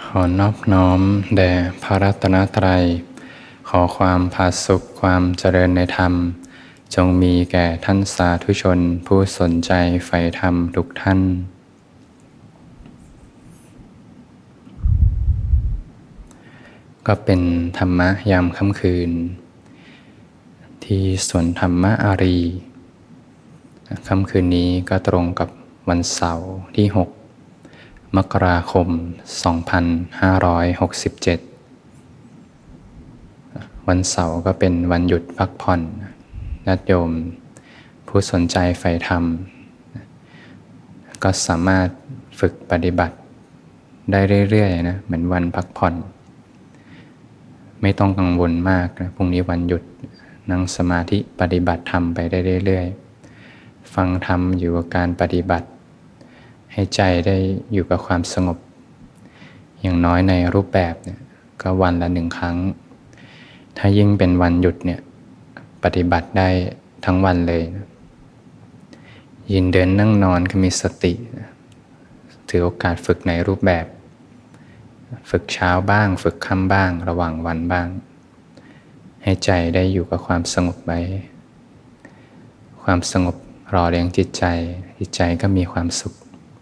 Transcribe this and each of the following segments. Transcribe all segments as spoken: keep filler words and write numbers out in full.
ขอนอบน้อมแด่พระรัตนตรัยขอความผาสุกความเจริญในธรรมจงมีแก่ท่านสาธุชนผู้สนใจใฝ่ธรรมทุกท่านก็เป็นธรรมะยามค่ำคืนที่สวนธรรมอารีค่ำคืนนี้ก็ตรงกับวันเสาร์ที่หกมกราคมสองพันห้าร้อยหกสิบเจ็ดวันเสาร์ก็เป็นวันหยุดพักผ่อนญาติโยมผู้สนใจใฝ่ธรรมก็สามารถฝึกปฏิบัติได้เรื่อยๆนะเหมือนวันพักผ่อนไม่ต้องกังวลมากนะพรุ่งนี้วันหยุดนั่งสมาธิปฏิบัติธรรมไปได้เรื่อยๆฟังธรรมอยู่กับการปฏิบัติให้ใจได้อยู่กับความสงบอย่างน้อยในรูปแบบเนี่ยก็วันละหนึ่งครั้งถ้ายิ่งเป็นวันหยุดเนี่ยปฏิบัติได้ทั้งวันเลยนะยืนเดินนั่งนอนก็มีสติถือโอกาสฝึกในรูปแบบฝึกเช้าบ้างฝึกค่ำบ้างระหว่างวันบ้างให้ใจได้อยู่กับความสงบไว้ความสงบหล่อเลี้ยงจิตใจจิตใจก็มีความสุข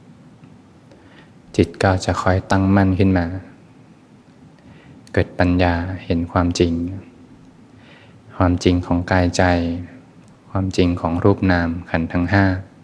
จิตก็จะค่อยตั้งมั่นขึ้นมาเกิดปัญญาเห็นความจริงความจริงของกายใจความจริงของรูปนามขันธ์ทั้งห้า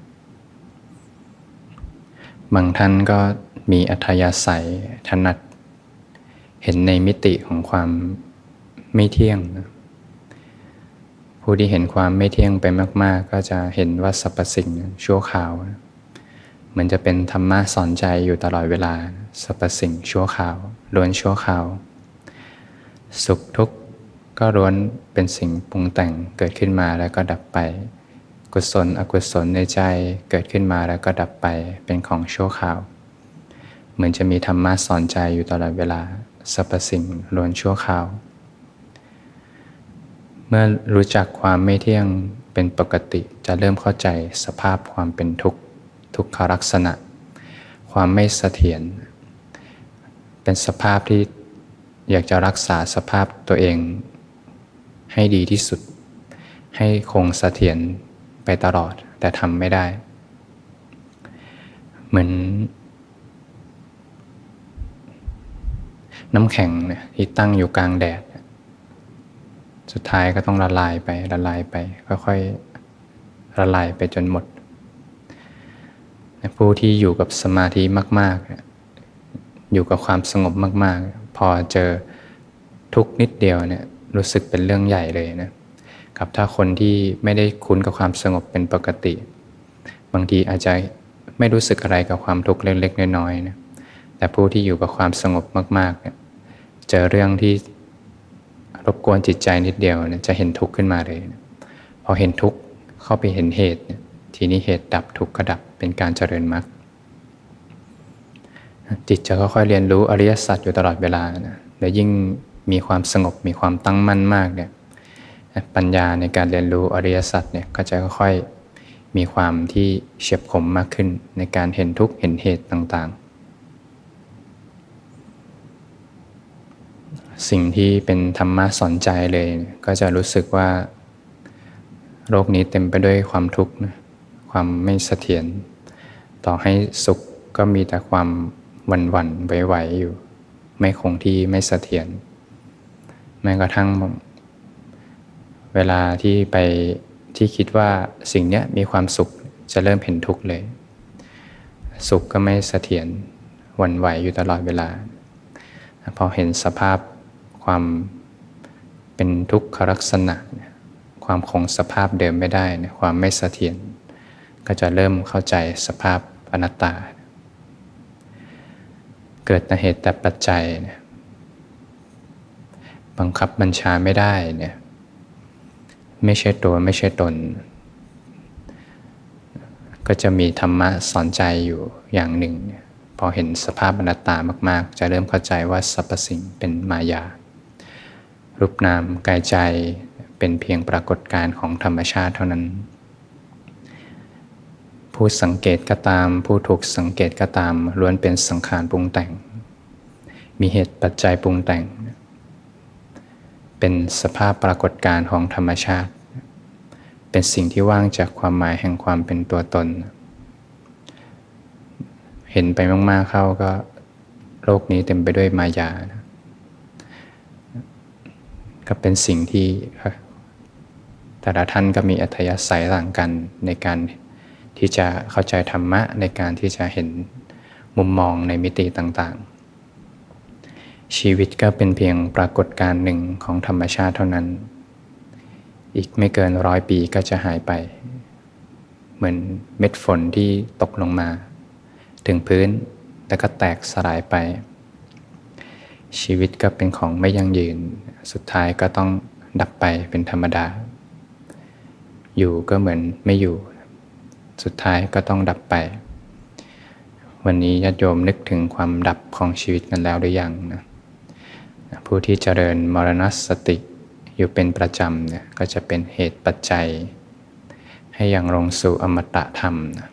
บางท่านก็มีอัธยาศัยถนัดเห็นในมิติของความไม่เที่ยงนะผู้ที่เห็นความไม่เที่ยงไปมากๆก็จะเห็นว่าสรรพสิ่งชั่วคราวนะมันจะเป็นธรรมะสอนใจอยู่ตลอดเวลาสรรพสิ่งชั่วคราวล้วนชั่วคราวสุขทุกข์ก็ล้วนเป็นสิ่งปรุงแต่งเกิดขึ้นมาแล้วก็ดับไปกุศลอกุศลในใจเกิดขึ้นมาแล้วก็ดับไปเป็นของชั่วคราวเหมือนจะมีธรรมะสอนใจอยู่ตลอดเวลาสรรพสิ่งล้วนชั่วคราวเมื่อรู้จักความไม่เที่ยงเป็นปกติจะเริ่มเข้าใจสภาพความเป็นทุกข์ทุกขลักษณะความไม่เสถียรเป็นสภาพที่อยากจะรักษาสภาพตัวเองให้ดีที่สุดให้คงเสถียรไปตลอดแต่ทำไม่ได้เหมือนน้ำแข็งเนี่ยที่ตั้งอยู่กลางแดดสุดท้ายก็ต้องละลายไปละลายไปค่อยๆละลายไปจนหมดผู้ที่อยู่กับสมาธิมากๆอยู่กับความสงบมากๆพอเจอทุกนิดเดียวเนี่ยรู้สึกเป็นเรื่องใหญ่เลยนะกับถ้าคนที่ไม่ได้คุ้นกับความสงบเป็นปกติบางทีอาจจะไม่รู้สึกอะไรกับความทุกข์เล็กๆน้อยๆนะแต่ผู้ที่อยู่กับความสงบมากๆเนี่ยเจอเรื่องที่รบกวนจิตใจนิดเดียวเนี่ยจะเห็นทุกข์ขึ้นมาเลยนะพอเห็นทุกข์เข้าไปเห็นเหตุเนี่ยทีนี้เหตุดับทุกข์ก็ดับเป็นการเจริญมรรคจิตจะค่อยๆเรียนรู้อริยสัจอยู่ตลอดเวลานะและยิ่งมีความสงบมีความตั้งมั่นมากเนี่ยปัญญาในการเรียนรู้อริยสัจเนี่ยก็จะค่อยๆมีความที่เฉียบคมมากขึ้นในการเห็นทุกข์เห็นเหตุต่างๆสิ่งที่เป็นธรรมะสอนใจเลยก็จะรู้สึกว่าโลกนี้เต็มไปด้วยความทุกข์นะความไม่เสถียรต่อให้สุขก็มีแต่ความหวั่นๆไหวๆอยู่ไม่คงที่ไม่เสถียรแม้กระทั่งเวลาที่ไปที่คิดว่าสิ่งนี้มีความสุขจะเริ่มเห็นทุกข์เลยสุขก็ไม่เสถียรหวั่นไหวอยู่ตลอดเวลาพอเห็นสภาพความเป็นทุกขลักษณะความคงสภาพเดิมไม่ได้ความไม่เสถียรก็จะเริ่มเข้าใจสภาพอนัตตาเกิดแต่เหตุแต่ปัจจัยเนี่ยบังคับบัญชาไม่ได้เนี่ยไม่ใช่ตัวไม่ใช่ตนก็จะมีธรรมะสอนใจอยู่อย่างหนึ่งพอเห็นสภาพอนัตตามากๆจะเริ่มเข้าใจว่าสรรพสิ่งเป็นมายารูปนามกายใจเป็นเพียงปรากฏการณ์ของธรรมชาติเท่านั้นผู้สังเกตก็ตามผู้ถูกสังเกตก็ตามล้วนเป็นสังขารปรุงแต่งมีเหตุปัจจัยปรุงแต่งเป็นสภาพปรากฏการณ์ของธรรมชาติเป็นสิ่งที่ว่างจากความหมายแห่งความเป็นตัวตนเห็นไปมากๆเข้าก็โลกนี้เต็มไปด้วยมายานะก็เป็นสิ่งที่แต่ละท่านก็มีอัธยาศัยต่างกันในการที่จะเข้าใจธรรมะในการที่จะเห็นมุมมองในมิติต่างๆชีวิตก็เป็นเพียงปรากฏการณ์หนึ่งของธรรมชาติเท่านั้นอีกไม่เกินร้อยปีก็จะหายไปเหมือนเม็ดฝนที่ตกลงมาถึงพื้นแล้วก็แตกสลายไปชีวิตก็เป็นของไม่ยั่งยืนสุดท้ายก็ต้องดับไปเป็นธรรมดาอยู่ก็เหมือนไม่อยู่สุดท้ายก็ต้องดับไปวันนี้ญาติโยมนึกถึงความดับของชีวิตกันแล้วหรือยังนะผู้ที่เจริญมรณสติอยู่เป็นประจำเนี่ยก็จะเป็นเหตุปัจจัยให้ยังลงสู่อมตะธรรมนะ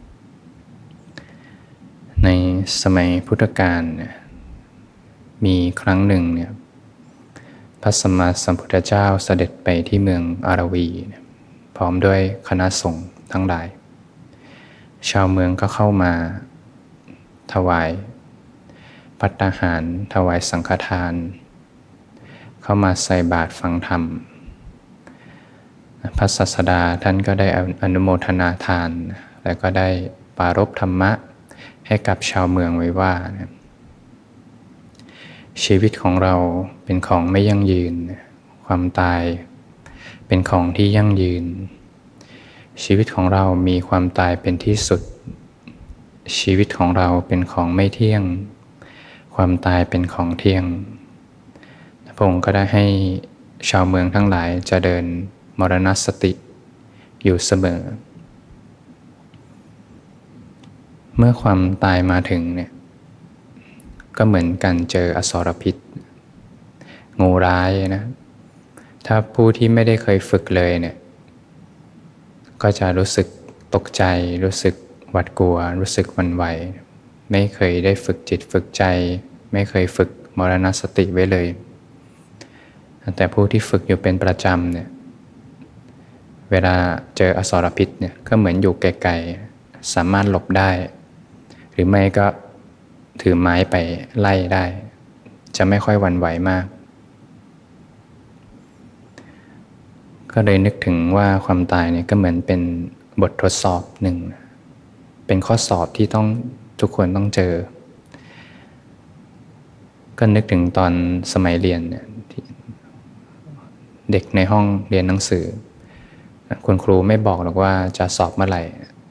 ในสมัยพุทธกาลเนี่ยมีครั้งหนึ่งเนี่ยพระสัมมาสัมพุทธเจ้าเสด็จไปที่เมืองอารวีพร้อมด้วยคณะสงฆ์ทั้งหลายชาวเมืองก็เข้ามาถวายภัตตาหารถวายสังฆทานเข้ามาใส่บาตรฟังธรรมพระศาสดาท่านก็ได้อนุโมทนาทานแล้วก็ได้ปรารภธรรมะให้กับชาวเมืองไว้ว่าชีวิตของเราเป็นของไม่ยั่งยืนความตายเป็นของที่ยั่งยืนชีวิตของเรามีความตายเป็นที่สุดชีวิตของเราเป็นของไม่เที่ยงความตายเป็นของเที่ยงพระองค์ก็ได้ให้ชาวเมืองทั้งหลายเจริญมรณสติอยู่เสมอเมื่อความตายมาถึงเนี่ยก็เหมือนกันเจออสรพิษงูร้ายนะถ้าผู้ที่ไม่ได้เคยฝึกเลยเนี่ยก็จะรู้สึกตกใจรู้สึกหวาดกลัวรู้สึกหวั่นไหวไม่เคยได้ฝึกจิตฝึกใจไม่เคยฝึกมรณสติไว้เลยแต่ผู้ที่ฝึกอยู่เป็นประจำเนี่ยเวลาเจออสรพิษเนี่ยก็เหมือนอยู่ไกลๆสามารถหลบได้หรือไม่ก็ถือไม้ไปไล่ได้จะไม่ค่อยหวั่นไหวมากก็เลยนึกถึงว่าความตายเนี่ยก็เหมือนเป็นบททดสอบหนึ่งเป็นข้อสอบที่ต้องทุกคนต้องเจอก็นึกถึงตอนสมัยเรียนเนี่ยเด็กในห้องเรียนหนังสือคุณครูไม่บอกหรอกว่าจะสอบเมื่อไหร่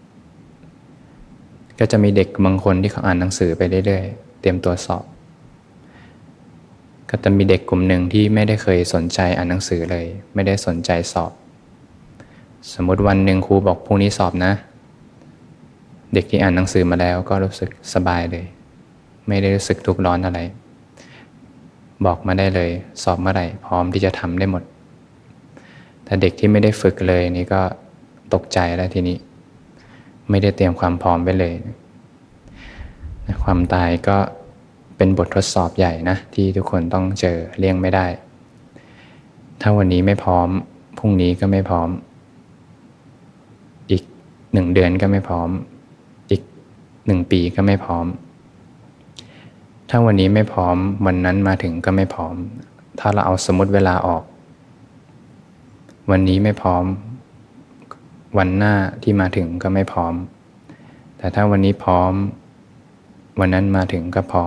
ก็จะมีเด็กบางคนที่เขาอ่านหนังสือไปเรื่อยๆเตรียมตัวสอบก็จะมีเด็กกลุ่มหนึ่งที่ไม่ได้เคยสนใจอ่านหนังสือเลยไม่ได้สนใจสอบสมมติวันหนึ่งครูบอกพรุ่งนี้สอบนะเด็กที่อ่านหนังสือมาแล้วก็รู้สึกสบายเลยไม่ได้รู้สึกทุกข์ร้อนอะไรบอกมาได้เลยสอบเมื่อไหร่พร้อมที่จะทำได้หมดแต่เด็กที่ไม่ได้ฝึกเลยนี่ก็ตกใจแล้วทีนี้ไม่ได้เตรียมความพร้อมไว้เลยความตายก็เป็นบททดสอบใหญ่นะที่ทุกคนต้องเจอเลี่ยงไม่ได้ถ้าวันนี้ไม่พร้อมพรุ่งนี้ก็ไม่พร้อมอีกหนึ่งเดือนก็ไม่พร้อมอีกหนึ่งปีก็ไม่พร้อมถ้าวันนี้ไม่พร้อมวันนั้นมาถึงก็ไม่พร้อมถ้าเราเอาสมมติเวลาออกวันนี้ไม่พร้อมวันหน้าที่มาถึงก็ไม่พร้อมแต่ถ้าวันนี้พร้อมวันนั้นมาถึงก็พร้อม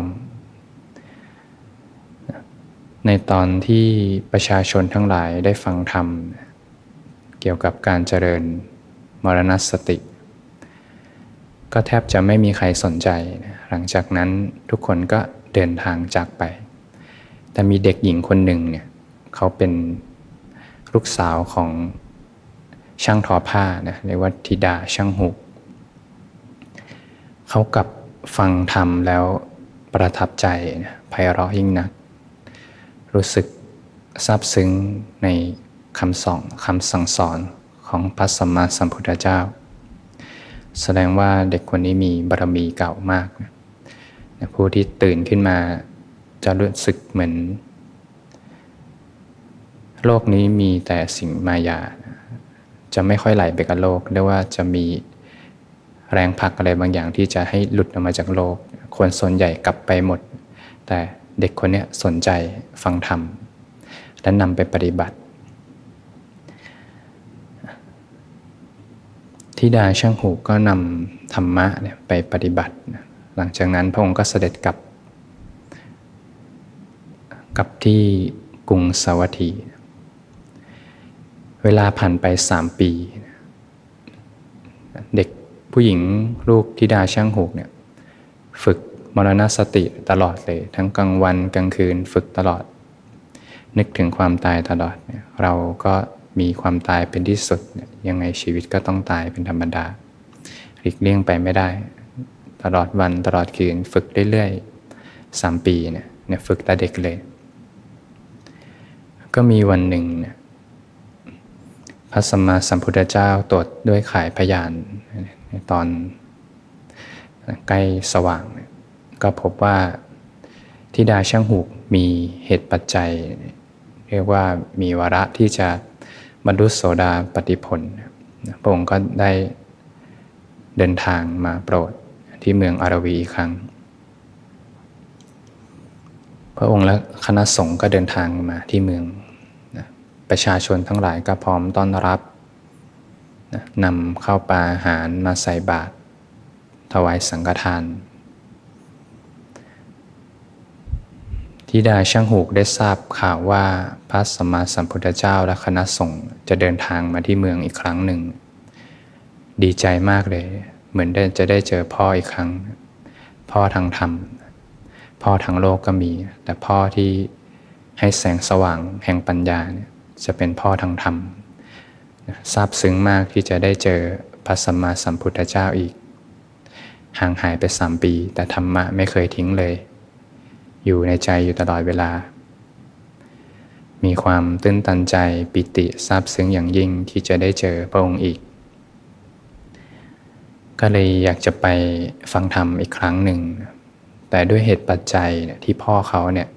ในตอนที่ประชาชนทั้งหลายได้ฟังธรรมเกี่ยวกับการเจริญมรณสติก็แทบจะไม่มีใครสนใจหลังจากนั้นทุกคนก็เดินทางจากไปแต่มีเด็กหญิงคนหนึ่งเนี่ยเขาเป็นลูกสาวของช่างทอผ้านะเรียกว่าธิดาช่างหูกเขากลับฟังธรรมแล้วประทับใจนะไพเราะยิ่งนักรู้สึกซาบซึ้งในคำสอนคำสั่งสอนของพระสัมมาสัมพุทธเจ้าแสดงว่าเด็กคนนี้มีบารมีเก่ามากนะผู้ที่ตื่นขึ้นมาเจจะรู้สึกเหมือนโลกนี้มีแต่สิ่งมายาจะไม่ค่อยไหลไปกับโลกเรียกว่าจะมีแรงผลักอะไรบางอย่างที่จะให้หลุดออกมาจากโลกคนส่วนใหญ่กลับไปหมดแต่เด็กคนนี้สนใจฟังธรรมและนำไปปฏิบัติธิดาช่างหูก็นำธรรมะเนี่ยไปปฏิบัติหลังจากนั้นพระองค์ก็เสด็จกลับกลับที่กรุงสาวัตถีเวลาผ่านไปสามปีเด็กผู้หญิงลูกธิดาช่างหูเนี่ยฝึกมรณสติตลอดเลยทั้งกลางวันกลางคืนฝึกตลอดนึกถึงความตายตลอดเนี่ยเราก็มีความตายเป็นที่สุดเนี่ยยังไงชีวิตก็ต้องตายเป็นธรรมดาหลีกเลี่ยงไปไม่ได้ตลอดวันตลอดคืนฝึกเรื่อยๆสามปีเนี่ยเนี่ยฝึกแต่เด็กเลยก็มีวันหนึ่งเนี่ยพระสัมมาสัมพุทธเจ้าตรวจด้วยข่ายพยานในตอนใกล้สว่างก็พบว่าธิดาช่างหูกมีเหตุปัจจัยเรียกว่ามีวาระที่จะบรรลุโสดาปัตติผลพระองค์ก็ได้เดินทางมาโปรดที่เมืองอารวีอีกครั้งพระองค์และคณะสงฆ์ก็เดินทางมาที่เมืองประชาชนทั้งหลายก็พร้อมต้อนรับนำข้าวปลาอาหารมาใส่บาตรถวายสังฆทานธิดาช่างหูกได้ทราบข่าวว่าพระสัมมาสัมพุทธเจ้าและคณะสงฆ์จะเดินทางมาที่เมืองอีกครั้งหนึ่งดีใจมากเลยเหมือนจะได้เจอพ่ออีกครั้งพ่อทางธรรมพ่อทางโลกก็มีแต่พ่อที่ให้แสงสว่างแห่งปัญญาเนี่ยจะเป็นพ่อทางธรรมซาบซึ้งมากที่จะได้เจอพระสัมมาสัมพุทธเจ้าอีกห่างหายไปสามปีแต่ธรรมะไม่เคยทิ้งเลยอยู่ในใจอยู่ตลอดเวลามีความตื้นตันใจปิติซาบซึ้งอย่างยิ่งที่จะได้เจอพระองค์อีกก็เลยอยากจะไปฟังธรรมอีกครั้งหนึ่งแต่ด้วยเหตุปัจจัยที่พ่อเขาเนี่ย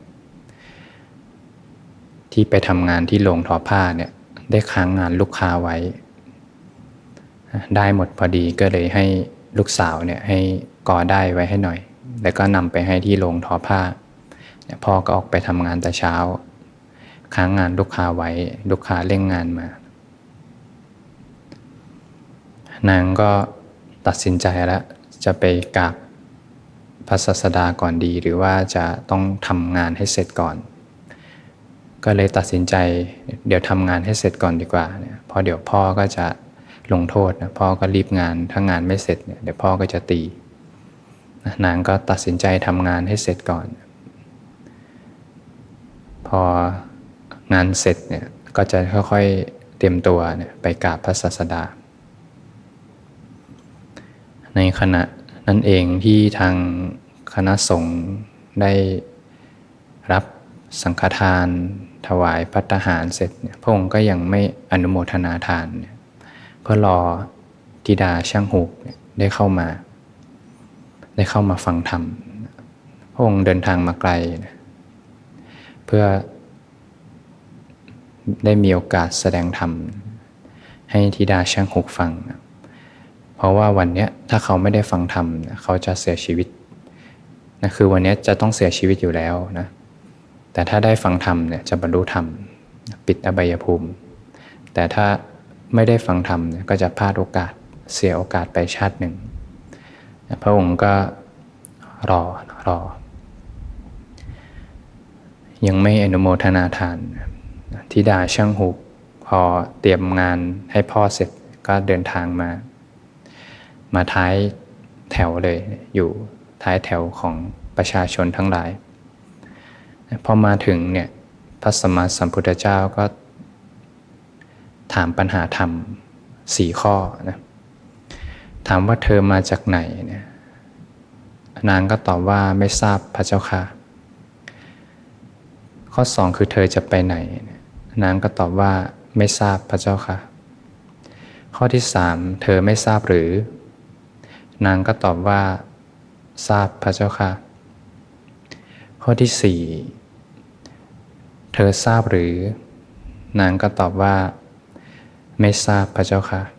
ที่ไปทำงานที่โรงทอผ้าเนี่ยได้ค้างงานลูกค้าไว้ได้หมดพอดีก็เลยให้ลูกสาวเนี่ยให้ก่อได้ไว้ให้หน่อยแล้วก็นำไปให้ที่โรงทอผ้าพ่อก็ออกไปทำงานแต่เช้าค้างงานลูกค้าไว้ลูกค้าเร่งงานมานางก็ตัดสินใจแล้วจะไปกราบพระศาสดาก่อนดีหรือว่าจะต้องทำงานให้เสร็จก่อนก็เลยตัดสินใจเดี๋ยวทำงานให้เสร็จก่อนดีกว่าเนี่ยเพราะเดี๋ยวพ่อก็จะลงโทษนะพ่อก็รีบงานถ้างานไม่เสร็จเนี่ยเดี๋ยวพ่อก็จะตีนางก็ตัดสินใจทำงานให้เสร็จก่อนพองานเสร็จเนี่ยก็จะค่อยๆเตรียมตัวเนี่ยไปกราบพระศาสดาในขณะนั้นเองที่ทางคณะสงฆ์ได้รับสังฆทานถวายภัตตาหารเสร็จเนี่ยพระองค์ก็ยังไม่อนุโมทนาทานเนี่ยเพื่อรอธิดาช่างหูกเนี่ยได้เข้ามาได้เข้ามาฟังธรรมพระองค์เดินทางมาไกลนะเพื่อได้มีโอกาสแสดงธรรมให้ธิดาช่างหูกฟังนะเพราะว่าวันนี้ถ้าเขาไม่ได้ฟังธรรมเขาจะเสียชีวิตนะคือวันนี้จะต้องเสียชีวิตอยู่แล้วนะแต่ถ้าได้ฟังธรรมเนี่ยจะบรรลุธรรมปิดอบายภูมิแต่ถ้าไม่ได้ฟังธรรมเนี่ยก็จะพลาดโอกาสเสียโอกาสไปชาติหนึ่งพระองค์ก็รอรอยังไม่อนุโมทนาทานธิดาช่างหูกพอเตรียมงานให้พ่อเสร็จก็เดินทางมามาท้ายแถวเลยอยู่ท้ายแถวของประชาชนทั้งหลายพอมาถึงเนี่ยพระสัมมาสัมพุทธเจ้าก็ถามปัญหาธรรมสี่ข้อนะถามว่าเธอมาจากไหนเนี่ยนางก็ตอบว่าไม่ทราบพระเจ้าค่ะข้อสองคือเธอจะไปไหนนางก็ตอบว่าไม่ทราบพระเจ้าค่ะข้อที่สามเธอไม่ทราบหรือนางก็ตอบว่าทราบพระเจ้าค่ะข้อที่สี่เธอทราบหรือนางก็ตอบว่าไม่ทราบพระเจ้าค่ะ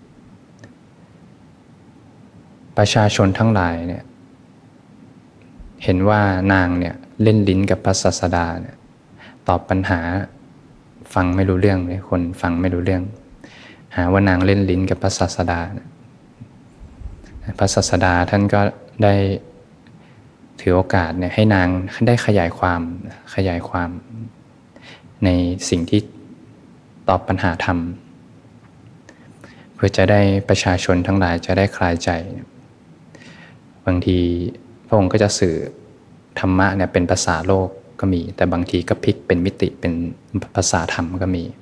ประชาชนทั้งหลายเนี่ยเห็นว่านางเนี่ยเล่นลิ้นกับพระศาสดาเนี่ยตอบปัญหาฟังไม่รู้เรื่องเลยคนฟังไม่รู้เรื่องหาว่านางเล่นลิ้นกับพระศาสดาพระศาสดาท่านก็ได้ถือโอกาสเนี่ยให้นางได้ขยายความขยายความในสิ่งที่ตอบปัญหาธรรมเพื่อจะได้ประชาชนทั้งหลายจะได้คลายใจบางทีพระองค์ก็จะสื่อธรรมะเนี่ยเป็นภาษาโลกก็มีแต่บางทีก็พลิกเป็นมิติเป็นภาษาธรรมก็มี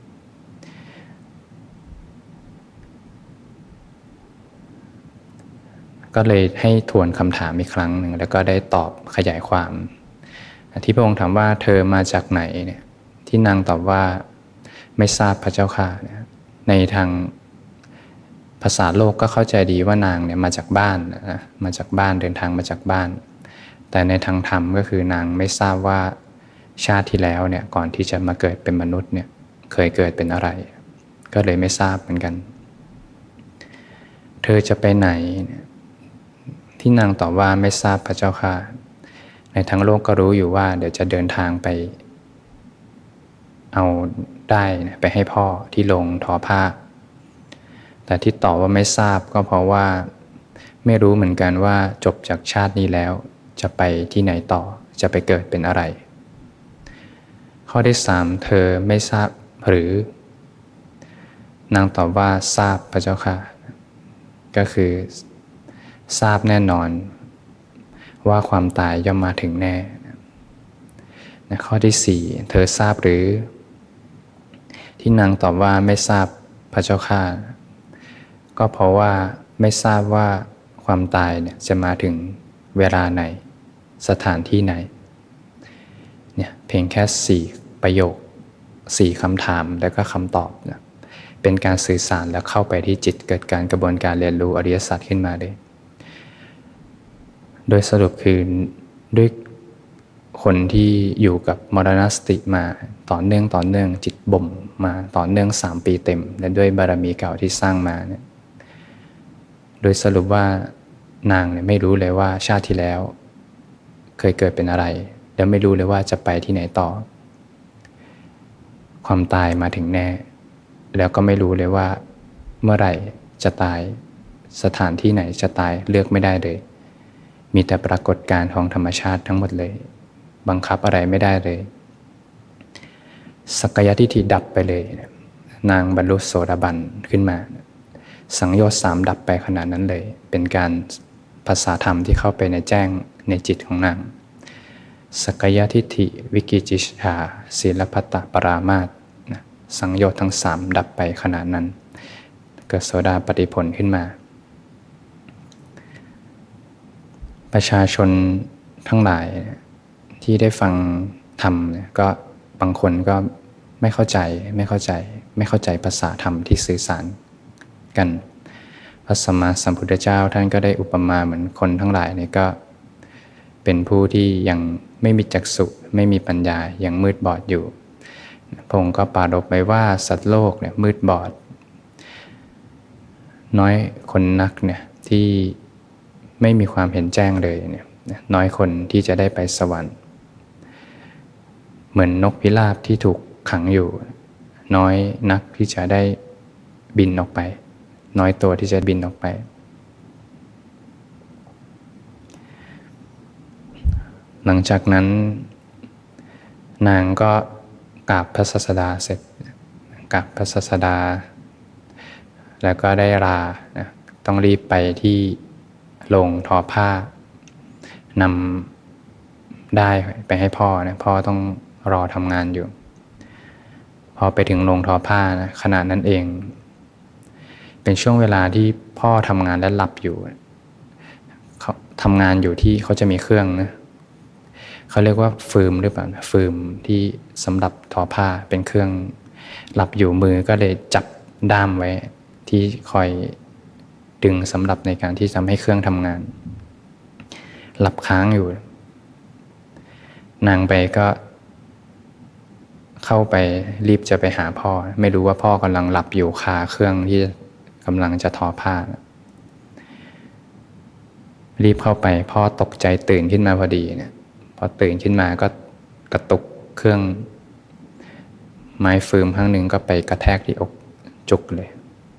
ก็เลยให้ทวนคำถามอีกครั้งหนึ่งแล้วก็ได้ตอบขยายความที่พระองค์ถามว่าเธอมาจากไหนเนี่ยที่นางตอบว่าไม่ทราบพระเจ้าค่ะในทางภาษาโลกก็เข้าใจดีว่านางเนี่ยมาจากบ้านนะมาจากบ้านเดินทางมาจากบ้านแต่ในทางธรรมก็คือนางไม่ทราบว่าชาติที่แล้วเนี่ยก่อนที่จะมาเกิดเป็นมนุษย์เนี่ยเคยเกิดเป็นอะไรก็เลยไม่ทราบเหมือนกันเธอจะไปไหนที่นางตอบว่าไม่ทราบพระเจ้าค่ะในทั้งโลกก็รู้อยู่ว่าเดี๋ยวจะเดินทางไปเอาได้ไปให้พ่อที่โรงทอผ้าแต่ที่ตอบว่าไม่ทราบก็เพราะว่าไม่รู้เหมือนกันว่าจบจากชาตินี้แล้วจะไปที่ไหนต่อจะไปเกิดเป็นอะไรข้อที่สามเธอไม่ทราบหรือนางตอบว่าทราบพระเจ้าค่ะก็คือทราบแน่นอนว่าความตายย่อมมาถึงแน่นะข้อที่สี่เธอทราบหรือที่นางตอบว่าไม่ทราบพระเจ้าค่ะก็เพราะว่าไม่ทราบว่าความตายเนี่ยจะมาถึงเวลาไหนสถานที่ไหนเนี่ยเพียงแค่สี่ประโยคสี่คำถามแล้วก็คำตอบนะเป็นการสื่อสารแล้วเข้าไปที่จิตเกิดการกระบวนการเรียนรู้อริยสัจขึ้นมาเลยโดยสรุปคือด้วยคนที่อยู่กับมรณสติมาต่อเนื่องต่อเนื่องจิตบ่มมาต่อเนื่องสามปีเต็มและด้วยบารมีเก่าที่สร้างมาเนี่ยโดยสรุปว่านางเนี่ยไม่รู้เลยว่าชาติที่แล้วเคยเกิดเป็นอะไรแล้วไม่รู้เลยว่าจะไปที่ไหนต่อความตายมาถึงแน่แล้วก็ไม่รู้เลยว่าเมื่อไหร่จะตายสถานที่ไหนจะตายเลือกไม่ได้เลยมีแต่ปรากฏการณ์ของธรรมชาติทั้งหมดเลยบังคับอะไรไม่ได้เลยสักกายทิฏฐิดับไปเลยนางบรรลุโสดาบันขึ้นมาสังโยชน์สามดับไปขนาดนั้นเลยเป็นการภาษาธรรมที่เข้าไปในแจ้งในจิตของนางสักกายทิฏฐิวิกิจิจฉาศีลพัตตปรามาสสังโยชน์ทั้งสามดับไปขนาดนั้นเกิดโสดาปัตติผลขึ้นมาประชาชนทั้งหลายที่ได้ฟังธรรมก็บางคนก็ไม่เข้าใจไม่เข้าใจไม่เข้าใจภาษาธรรมที่สื่อสารกันพระสัมมาสัมพุทธเจ้าท่านก็ได้อุปมาเหมือนคนทั้งหลายเนี่ยก็เป็นผู้ที่ยังไม่มีจักษุไม่มีปัญญายังมืดบอดอยู่พระองค์ก็ปรารภไว้ว่าสัตว์โลกเนี่ยมืดบอดน้อยคนนักเนี่ยที่ไม่มีความเห็นแจ้งเลยเนี่ยน้อยคนที่จะได้ไปสวรรค์เหมือนนกพิราบที่ถูกขังอยู่น้อยนักที่จะได้บินออกไปน้อยตัวที่จะบินออกไปหลังจากนั้นนางก็กราบพระศาสดาเสร็จกราบพระศาสดาแล้วก็ได้ลาต้องรีบไปที่โรงทอผ้านำได้ไปให้พ่อนะพ่อต้องรอทำงานอยู่พอไปถึงโรงทอผ้านะขณะนั้นเองเป็นช่วงเวลาที่พ่อทำงานและหลับอยู่เขาทำงานอยู่ที่เขาจะมีเครื่องนะเขาเรียกว่าฟืมหรือเปล่าฟืมที่สำหรับทอผ้าเป็นเครื่องหลับอยู่มือก็เลยจับด้ามไว้ที่คอยดึงสำหรับในการที่ทำให้เครื่องทำงานหลับค้างอยู่นางไปก็เข้าไปรีบจะไปหาพ่อไม่รู้ว่าพ่อกำลังหลับอยู่คาเครื่องที่กำลังจะทอผ้ารีบเข้าไปพ่อตกใจตื่นขึ้นมาพอดีเนี่ยพอตื่นขึ้นมาก็กระตุกเครื่องไม้ฟืมข้างหนึ่งก็ไปกระแทกที่อกจุกเลย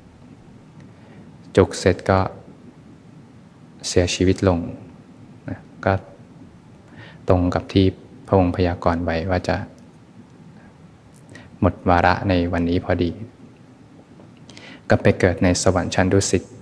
จุกเสร็จก็เสียชีวิตลงนะก็ตรงกับที่พระองค์พยากรณ์ไว้ว่าจะหมดวาระในวันนี้พอดีก็ไปเกิดในสวรรค์ชั้นดุสิต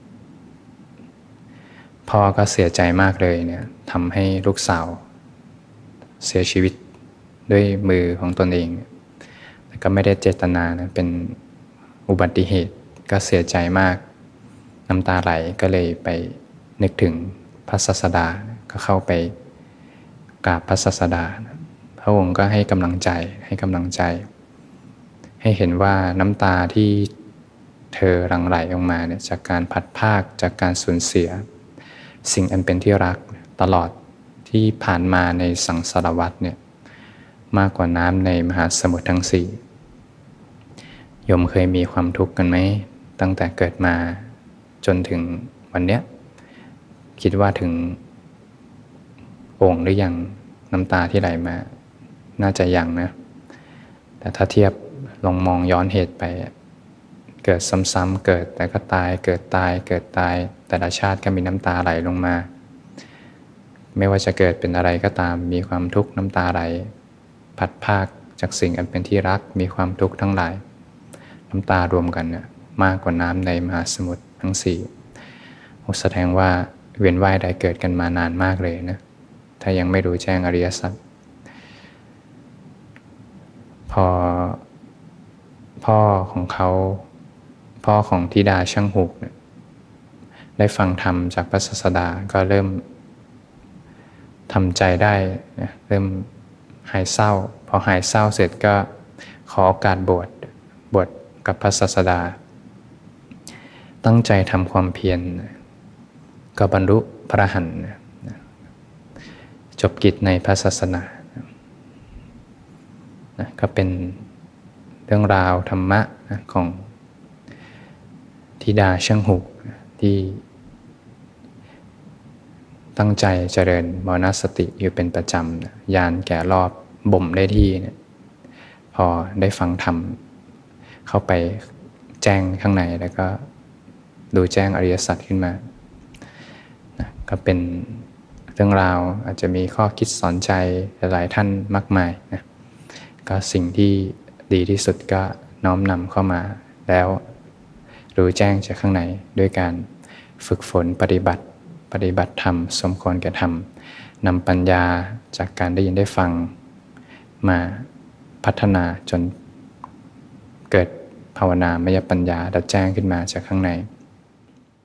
พ่อก็เสียใจมากเลยเนี่ยทำให้ลูกสาวเสียชีวิตด้วยมือของตนเองแต่ก็ไม่ได้เจตนานะเป็นอุบัติเหตุก็เสียใจมากน้ำตาไหลก็เลยไปนึกถึงพระศาสดาก็เข้าไปกราบพระศาสดาพระองค์ก็ให้กำลังใจให้กำลังใจให้เห็นว่าน้ำตาที่เธอหลั่งไหลออกมาเนี่ยจากการพัดภาคจากการสูญเสียสิ่งอันเป็นที่รักตลอดที่ผ่านมาในสังสารวัฏเนี่ยมากกว่าน้ำในมหาสมุทรทั้งสี่โยมเคยมีความทุกข์กันไหมตั้งแต่เกิดมาจนถึงวันเนี้ยคิดว่าถึงโอ่งหรือยังน้ำตาที่ไหลมาน่าจะยังนะแต่ถ้าเทียบลองมองย้อนเหตุไปเกิดซ้ำๆเกิดแต่ก็ตายเกิดตายเกิดตายแต่ละชาติก็มีน้ำตาไหลลงมาไม่ว่าจะเกิดเป็นอะไรก็ตามมีความทุกข์น้ำตาไหลพัดภาคจากสิ่งอันเป็นที่รักมีความทุกข์ทั้งหลายน้ำตารวมกันเนี่ยมากกว่าน้ำในมหาสมุทรทั้งสี่แสดงว่าเวียนว่ายใดเกิดกันมานานมากเลยนะถ้ายังไม่รู้แจ้งอริยสัจพอพ่อของเขาพ่อของธิดาช่างหูกเนี่ยได้ฟังธรรมจากพระศาสดาก็เริ่มทำใจได้นะเริ่มหายเศร้าพอหายเศร้าเสร็จก็ขอโอกาสบวชบวชกับพระศาสดาตั้งใจทำความเพียรก็บรรลุพระอรหันต์จบกิจในพระศาสนานะก็เป็นเรื่องราวธรรมะนะของธิดาช่างหูกที่ตั้งใจเจริญมรณสติอยู่เป็นประจำนะญาณแก่รอบบ่มได้ที่เนี่ยพอได้ฟังธรรมเข้าไปแจ้งข้างในแล้วก็ดูแจ้งอริยสัจขึ้นมานะก็เป็นเรื่องราวอาจจะมีข้อคิดสอนใจหลายท่านมากมายนะก็สิ่งที่ดีที่สุดก็น้อมนำเข้ามาแล้วรู้แจ้งจากข้างในด้วยการฝึกฝนปฏิบัติปฏิบัติธรรมสมควรแก่ธรรมนำปัญญาจากการได้ยินได้ฟังมาพัฒนาจนเกิดภาวนามยปัญญาและแจ้งขึ้นมาจากข้างใน